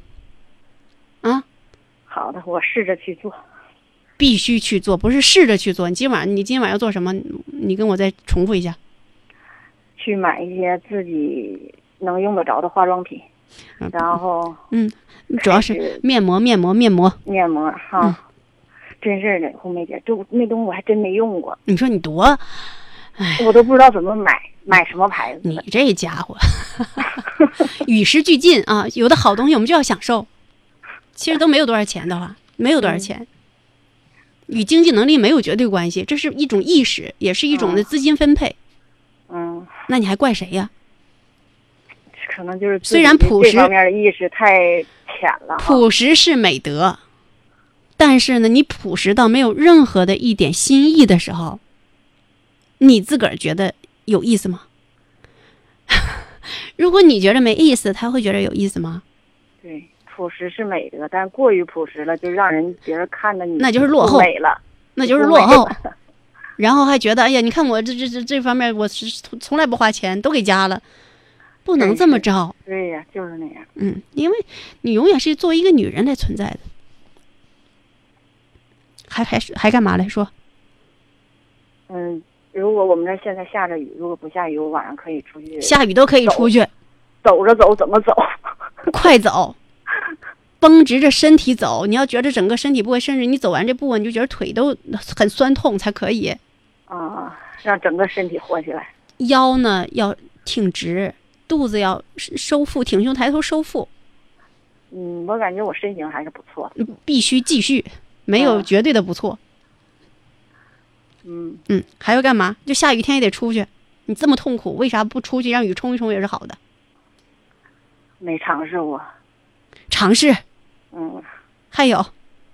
S8: 好的，我试着去做。
S3: 必须去做，不是试着去做。你今晚要做什么？你跟我再重复一下。
S8: 去买一些自己能用得着的化妆品，然后
S3: 主要是面膜
S8: 哈。真是的，红梅姐，那东西我还真没用过。
S3: 你说你多，
S8: 我都不知道怎么买什么牌子。
S3: 你这家伙，与时俱进啊！有的好东西我们就要享受。其实都没有多少钱的话，没有多少钱，与经济能力没有绝对关系，这是一种意识，也是一种的资金分配。那你还怪谁呀？
S8: 可能就是
S3: 虽然朴实
S8: 这方面的意识太浅了。
S3: 朴实是美德，但是呢，你朴实到没有任何的一点新意的时候，你自个儿觉得有意思吗？如果你觉得没意思，他会觉得有意思吗？
S8: 对。朴实是美德，但过于朴实了，就让别人看着你
S3: 那就是落后
S8: 美了，
S3: 那就是落后。然后还觉得，哎呀，你看我这方面，我是从来不花钱，都给家了，不能这么着。
S8: 对呀，就是那样。
S3: 因为你永远是作为一个女人来存在的。还干嘛来说？
S8: 如果我们这现在下着雨，如果不下雨，我晚上可以出去。
S3: 下雨都可以出去，
S8: 走着走，怎么走？
S3: 快走。绷直着身体走，你要觉得整个身体部位，甚至你走完这步，你就觉得腿都很酸痛才可以。
S8: 让整个身体活起来。
S3: 腰呢要挺直，肚子要收腹，挺胸抬头收腹。
S8: 我感觉我身形还是不错的。
S3: 必须继续，没有绝对的不错。还要干嘛？就下雨天也得出去。你这么痛苦，为啥不出去让雨冲一冲也是好的？
S8: 没尝试过。
S3: 尝试。还有。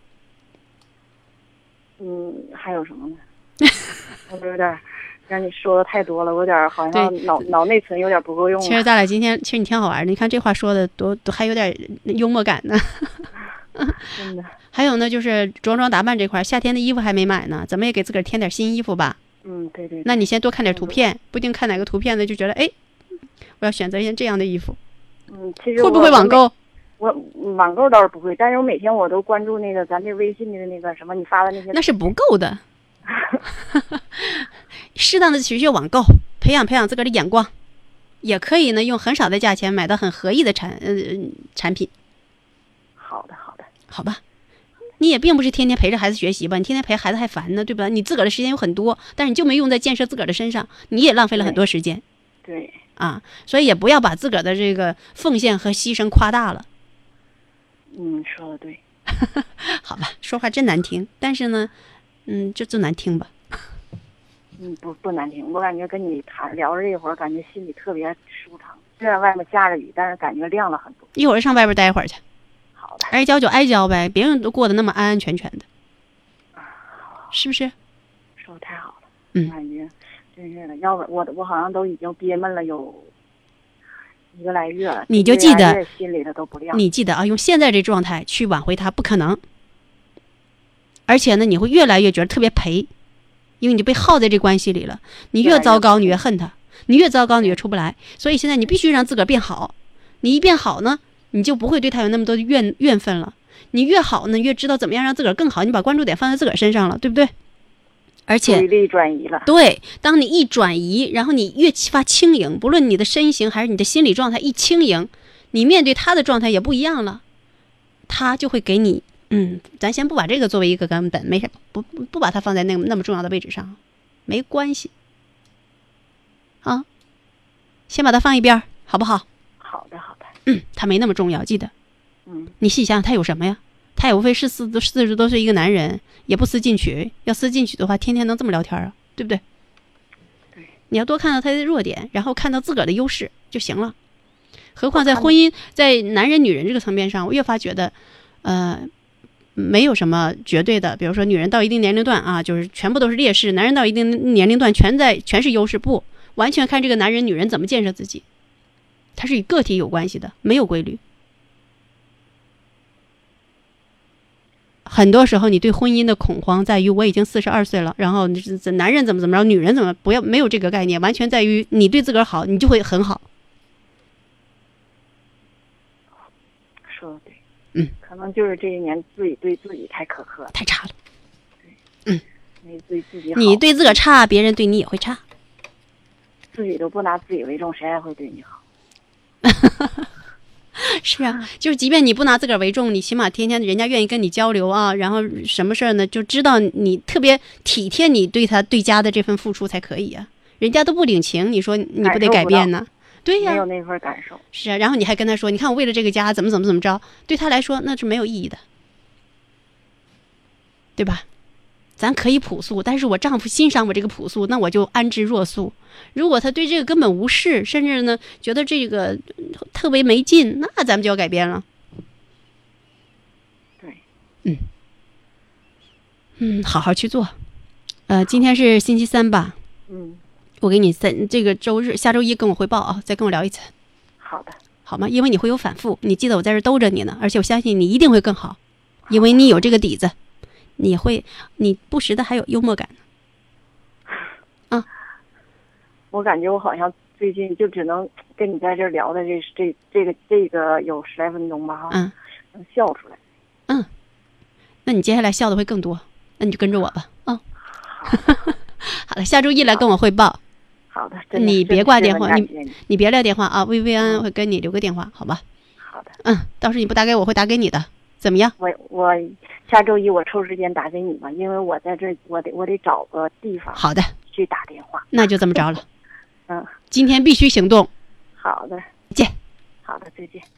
S8: 还有什么呢？我有点让你说的太多了，我有点好像脑内存有点不够用。
S3: 其实咱俩今天其实你挺好玩的，你看这话说的多还有点幽默感呢。
S8: 真的。
S3: 还有呢，就是着装打扮这块，夏天的衣服还没买呢，咱们也给自个儿添点新衣服吧。
S8: 对对。
S3: 那你先多看点图片，不一定看哪个图片呢，就觉得我要选择一件这样的衣服。
S8: 其实
S3: 会不会网购？
S8: 我网购倒是不会，但是我每天我都关注那个咱这微信的那个什么你发的那些。
S3: 那是不够的。适当的去学网购，培养自个儿的眼光，也可以呢用很少的价钱买到很合意的产品。
S8: 好的，
S3: 好吧。你也并不是天天陪着孩子学习吧，你天天陪孩子还烦呢，对吧？你自个儿的时间有很多，但是你就没用在建设自个儿的身上，你也浪费了很多时间。
S8: 对。
S3: 所以也不要把自个儿的这个奉献和牺牲夸大了。
S8: 说的对。
S3: 好吧，说话真难听，但是呢，就难听吧。
S8: 不难听，我感觉跟你聊着这会儿，感觉心里特别舒畅。虽然外面下着雨，但是感觉亮了很多。
S3: 一会儿上外边待会儿去。
S8: 好的。
S3: 挨教就挨教呗，别人都过得那么安安全全的，是不是？
S8: 说的太好了。感觉真是的，要不我好像都已经憋闷了有1个来月了。
S3: 你就记得
S8: 心里的都不亮。
S3: 你记得啊，用现在这状态去挽回他不可能。而且呢，你会越来越觉得特别赔，因为你被耗在这关系里了。你越糟糕，你越恨他；你越糟糕，你越出不来。所以现在你必须让自个儿变好。你一变好呢，你就不会对他有那么多的怨愤了。你越好呢，越知道怎么样让自个儿更好。你把关注点放在自个儿身上了，对不对？而且
S8: 注意力转移了。
S3: 对，当你一转移，然后你越发轻盈，不论你的身形还是你的心理状态一轻盈，你面对他的状态也不一样了。他就会给你咱先不把这个作为一个根本，没事，不把它放在那么重要的位置上，没关系啊，先把它放一边，好不好？
S8: 好的好的。
S3: 它没那么重要，记得。你细想想，他有什么呀？他也无非是40多岁一个男人，也不思进取。要思进取的话，天天能这么聊天啊，对不对？
S8: 对。
S3: 你要多看到他的弱点，然后看到自个儿的优势就行了。何况在婚姻，在男人女人这个层面上，我越发觉得，没有什么绝对的。比如说，女人到一定年龄段啊，就是全部都是劣势；男人到一定年龄段全是优势。不，完全看这个男人女人怎么建设自己，它是与个体有关系的，没有规律。很多时候，你对婚姻的恐慌在于我已经42岁了，然后男人怎么着，女人怎么没有这个概念，完全在于你对自个儿好，你就会很好。
S8: 说的对，可能就是这一年自己对自己太苛刻了，
S3: 太差了。
S8: 没对自己好。
S3: 你对自个儿差，别人对你也会差。
S8: 自己都不拿自己为重，谁还会对你好？
S3: 是啊，就是即便你不拿自个儿为重，你起码天天人家愿意跟你交流啊，然后什么事儿呢，就知道你特别体贴你对他对家的这份付出才可以啊。人家都不领情，你说你不得改变呢？对呀，
S8: 没有那份感受。
S3: 是啊，然后你还跟他说，你看我为了这个家怎么着，对他来说那是没有意义的，对吧？咱可以朴素，但是我丈夫欣赏我这个朴素，那我就安之若素。如果他对这个根本无视，甚至呢觉得这个特别没劲，那咱们就要改变了。
S8: 对，
S3: 好好去做。今天是星期3吧？我给你这个周日下周一跟我汇报啊，再跟我聊一次。
S8: 好的，
S3: 好吗？因为你会有反复，你记得我在这兜着你呢，而且我相信你一定会更好，因为你有这个底子。你不时的还有幽默感啊！
S8: 我感觉我好像最近就只能跟你在这聊的这个有10来分钟吧，能笑出来。
S3: 那你接下来笑的会更多，那你就跟着我吧啊！好了，下周一来跟我汇报。
S8: 好的，
S3: 你别挂电话，你别撂电话啊！薇薇安会跟你留个电话，好吧？
S8: 好的。
S3: 到时候你不打给我，会打给你的，怎么样？
S8: 我下周一我抽时间打给你吧，因为我在这我得找个地方。
S3: 好的，
S8: 去打电话。
S3: 那就这么着了。今天必须行动。
S8: 好的，
S3: 见。
S8: 好的，再见。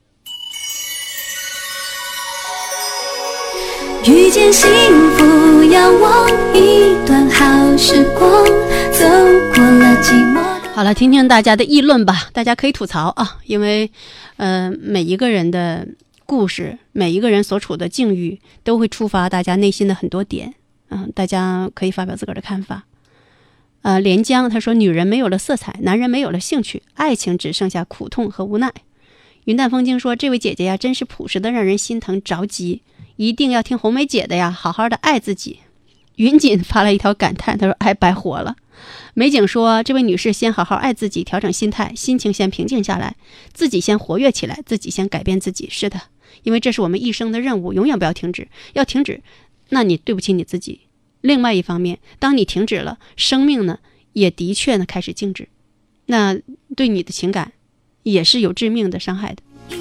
S1: 遇见幸福，仰望一段好时光，走过了寂寞。
S3: 好了，听听大家的议论吧，大家可以吐槽啊，因为每一个人的故事，每一个人所处的境遇都会触发大家内心的很多点，大家可以发表自个儿的看法。连江他说，女人没有了色彩，男人没有了兴趣，爱情只剩下苦痛和无奈。云淡风轻说，这位姐姐呀，真是朴实的让人心疼着急，一定要听红梅姐的呀，好好的爱自己。云锦发了一条感叹，他说爱白活了。美景说，这位女士先好好爱自己，调整心态，心情先平静下来，自己先活跃起来，自己先改变自己。是的，因为这是我们一生的任务，永远不要停止。要停止，那你对不起你自己。另外一方面，当你停止了，生命呢也的确呢开始静止，那对你的情感也是有致命的伤害的。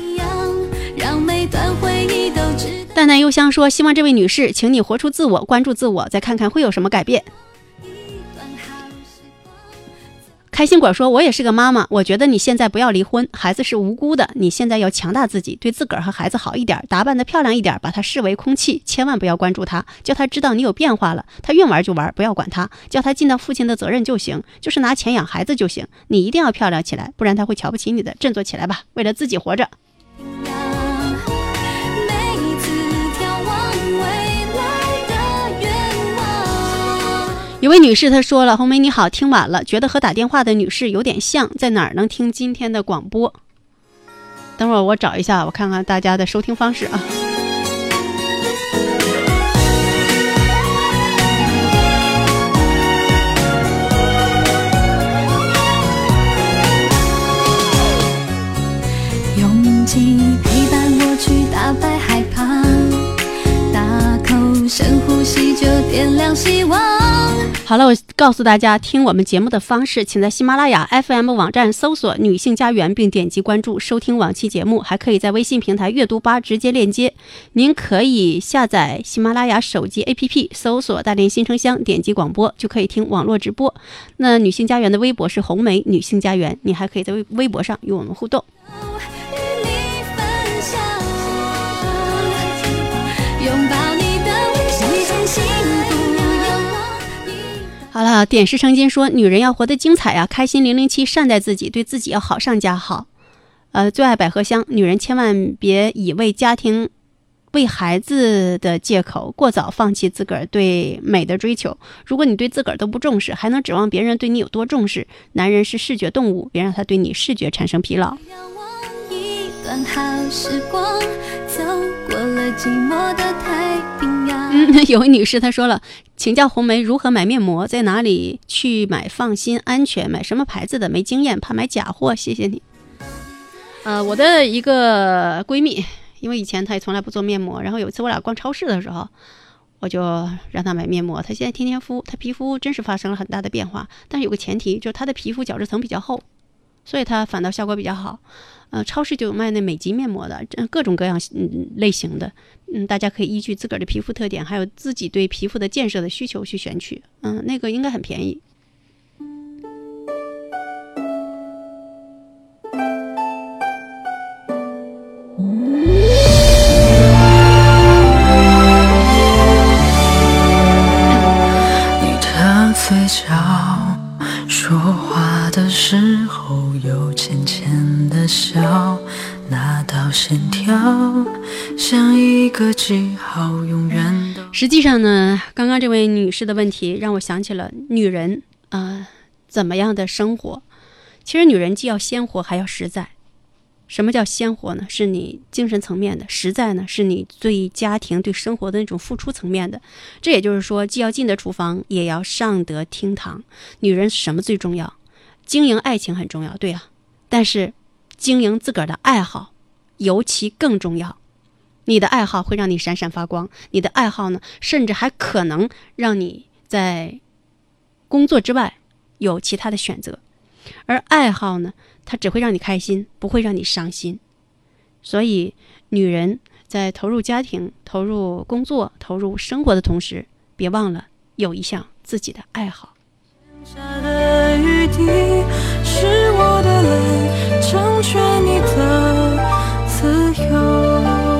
S3: 淡淡幽香说，希望这位女士请你活出自我，关注自我，再看看会有什么改变。开心果说，我也是个妈妈，我觉得你现在不要离婚，孩子是无辜的，你现在要强大自己，对自个儿和孩子好一点，打扮得漂亮一点，把他视为空气，千万不要关注他，叫他知道你有变化了，他愿玩就玩，不要管他，叫他尽到父亲的责任就行，就是拿钱养孩子就行，你一定要漂亮起来，不然他会瞧不起你的，振作起来吧，为了自己活着。有位女士她说了，红梅你好，听晚了，觉得和打电话的女士有点像，在哪儿能听今天的广播？等会儿我找一下，我看看大家的收听方式啊。
S1: 用尽陪伴我去打败害怕，大口深呼吸就点亮希望。
S3: 好了，我告诉大家听我们节目的方式，请在喜马拉雅 FM 网站搜索女性家园并点击关注收听往期节目，还可以在微信平台阅读吧直接链接。您可以下载喜马拉雅手机 APP 搜索大连新城乡，点击广播就可以听网络直播。那女性家园的微博是红梅女性家园，你还可以在微博上与我们互动。好了，点石成金说，女人要活得精彩啊，开心007，善待自己，对自己要好上加好。最爱百合香，女人千万别以为家庭、为孩子的借口过早放弃自个儿对美的追求。如果你对自个儿都不重视，还能指望别人对你有多重视？男人是视觉动物，别让他对你视觉产生疲劳。好时光走过了寂寞的太平洋。有位女士她说了，请教红梅如何买面膜，在哪里去买放心安全，买什么牌子的，没经验，怕买假货，谢谢你。我的一个闺蜜，因为以前她也从来不做面膜，然后有一次我俩逛超市的时候，我就让她买面膜，她现在天天敷，她皮肤真是发生了很大的变化，但是有个前提，就是她的皮肤角质层比较厚，所以它反倒效果比较好。超市就有卖那美肌面膜的，各种各样类型的，大家可以依据自个儿的皮肤特点，还有自己对皮肤的建设的需求去选取，那个应该很便宜。
S9: 你的嘴角说话的时候有浅浅的笑，那道线条像一个记号，永远都。
S3: 实际上呢，刚刚这位女士的问题让我想起了女人怎么样的生活。其实女人既要鲜活还要实在。什么叫鲜活呢？是你精神层面的，实在呢是你对家庭对生活的那种付出层面的。这也就是说，既要进得厨房，也要上得厅堂。女人什么最重要？经营爱情很重要，对啊，但是经营自个儿的爱好尤其更重要。你的爱好会让你闪闪发光，你的爱好呢，甚至还可能让你在工作之外有其他的选择。而爱好呢，它只会让你开心，不会让你伤心。所以女人在投入家庭、投入工作、投入生活的同时，别忘了有一项自己的爱好。
S9: 下的雨滴是我的泪，成全你的自由。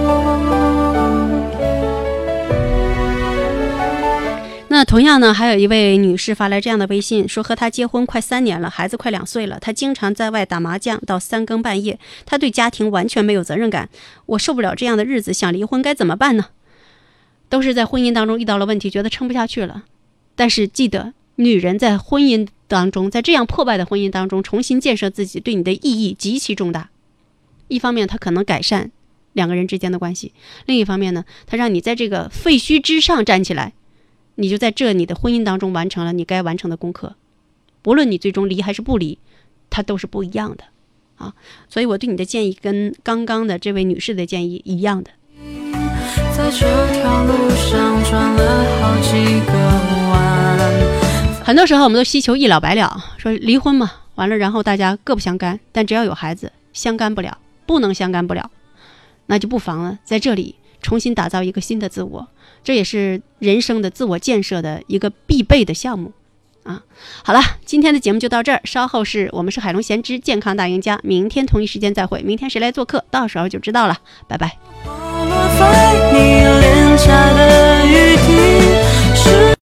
S3: 那同样呢，还有一位女士发来这样的微信，说和她结婚快3年了，孩子快2岁了，她经常在外打麻将到3更半夜，她对家庭完全没有责任感，我受不了这样的日子，想离婚该怎么办呢？都是在婚姻当中遇到了问题，觉得撑不下去了。但是记得，女人在婚姻当中，在这样破败的婚姻当中重新建设自己，对你的意义极其重大。一方面它可能改善2个人之间的关系，另一方面呢，它让你在这个废墟之上站起来，你就在你的婚姻当中完成了你该完成的功课。不论你最终离还是不离，它都是不一样的啊。所以我对你的建议跟刚刚的这位女士的建议一样的。
S9: 在这条路上转了好几个弯。
S3: 很多时候我们都希求一了百了，说离婚嘛，完了然后大家各不相干，但只要有孩子，相干不了，不能相干不了，那就不妨呢在这里重新打造一个新的自我，这也是人生的自我建设的一个必备的项目啊。好了，今天的节目就到这儿，稍后是我们是海龙贤之健康大赢家，明天同一时间再会，明天谁来做客，到时候就知道了，拜拜。
S9: 落在你脸颊的雨